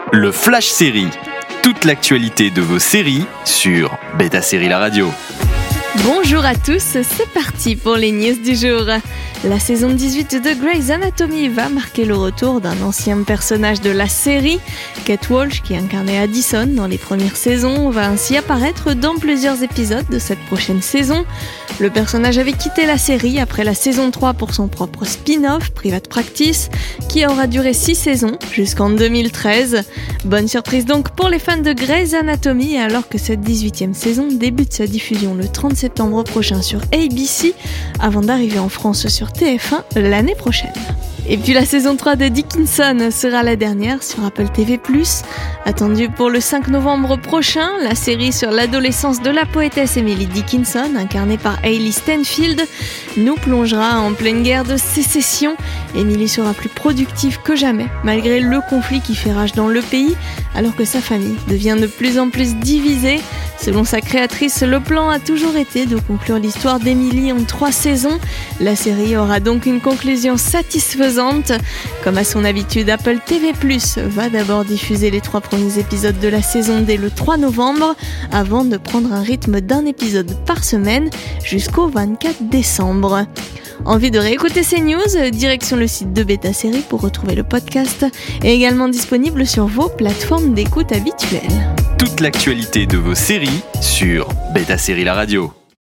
Le Flash Série. Toute l'actualité de vos séries sur Beta Série La Radio. Bonjour à tous, c'est parti pour les news du jour. La saison 18 de Grey's Anatomy va marquer le retour d'un ancien personnage de la série. Kate Walsh, qui incarnait Addison dans les premières saisons, va ainsi apparaître dans plusieurs épisodes de cette prochaine saison. Le personnage avait quitté la série après la saison 3 pour son propre spin-off, Private Practice, qui aura duré 6 saisons jusqu'en 2013. Bonne surprise donc pour les fans de Grey's Anatomy, alors que cette 18e saison débute sa diffusion le 30 septembre prochain sur ABC, avant d'arriver en France sur TF1 l'année prochaine. Et puis la saison 3 de Dickinson sera la dernière sur Apple TV+. Attendue pour le 5 novembre prochain, la série sur l'adolescence de la poétesse Emily Dickinson, incarnée par Hailey Steinfeld, nous plongera en pleine guerre de sécession. Emily sera plus productive que jamais, malgré le conflit qui fait rage dans le pays, alors que sa famille devient de plus en plus divisée. Selon sa créatrice, le plan a toujours été de conclure l'histoire d'Emily en 3 saisons. La série aura donc une conclusion satisfaisante. Comme à son habitude, Apple TV+ va d'abord diffuser les 3 premiers épisodes de la saison dès le 3 novembre, avant de prendre un rythme d'un épisode par semaine jusqu'au 24 décembre. Envie de réécouter ces news? Direction le site de Beta Série pour retrouver le podcast, et également disponible sur vos plateformes d'écoute habituelles. Toute l'actualité de vos séries sur Beta Série La Radio.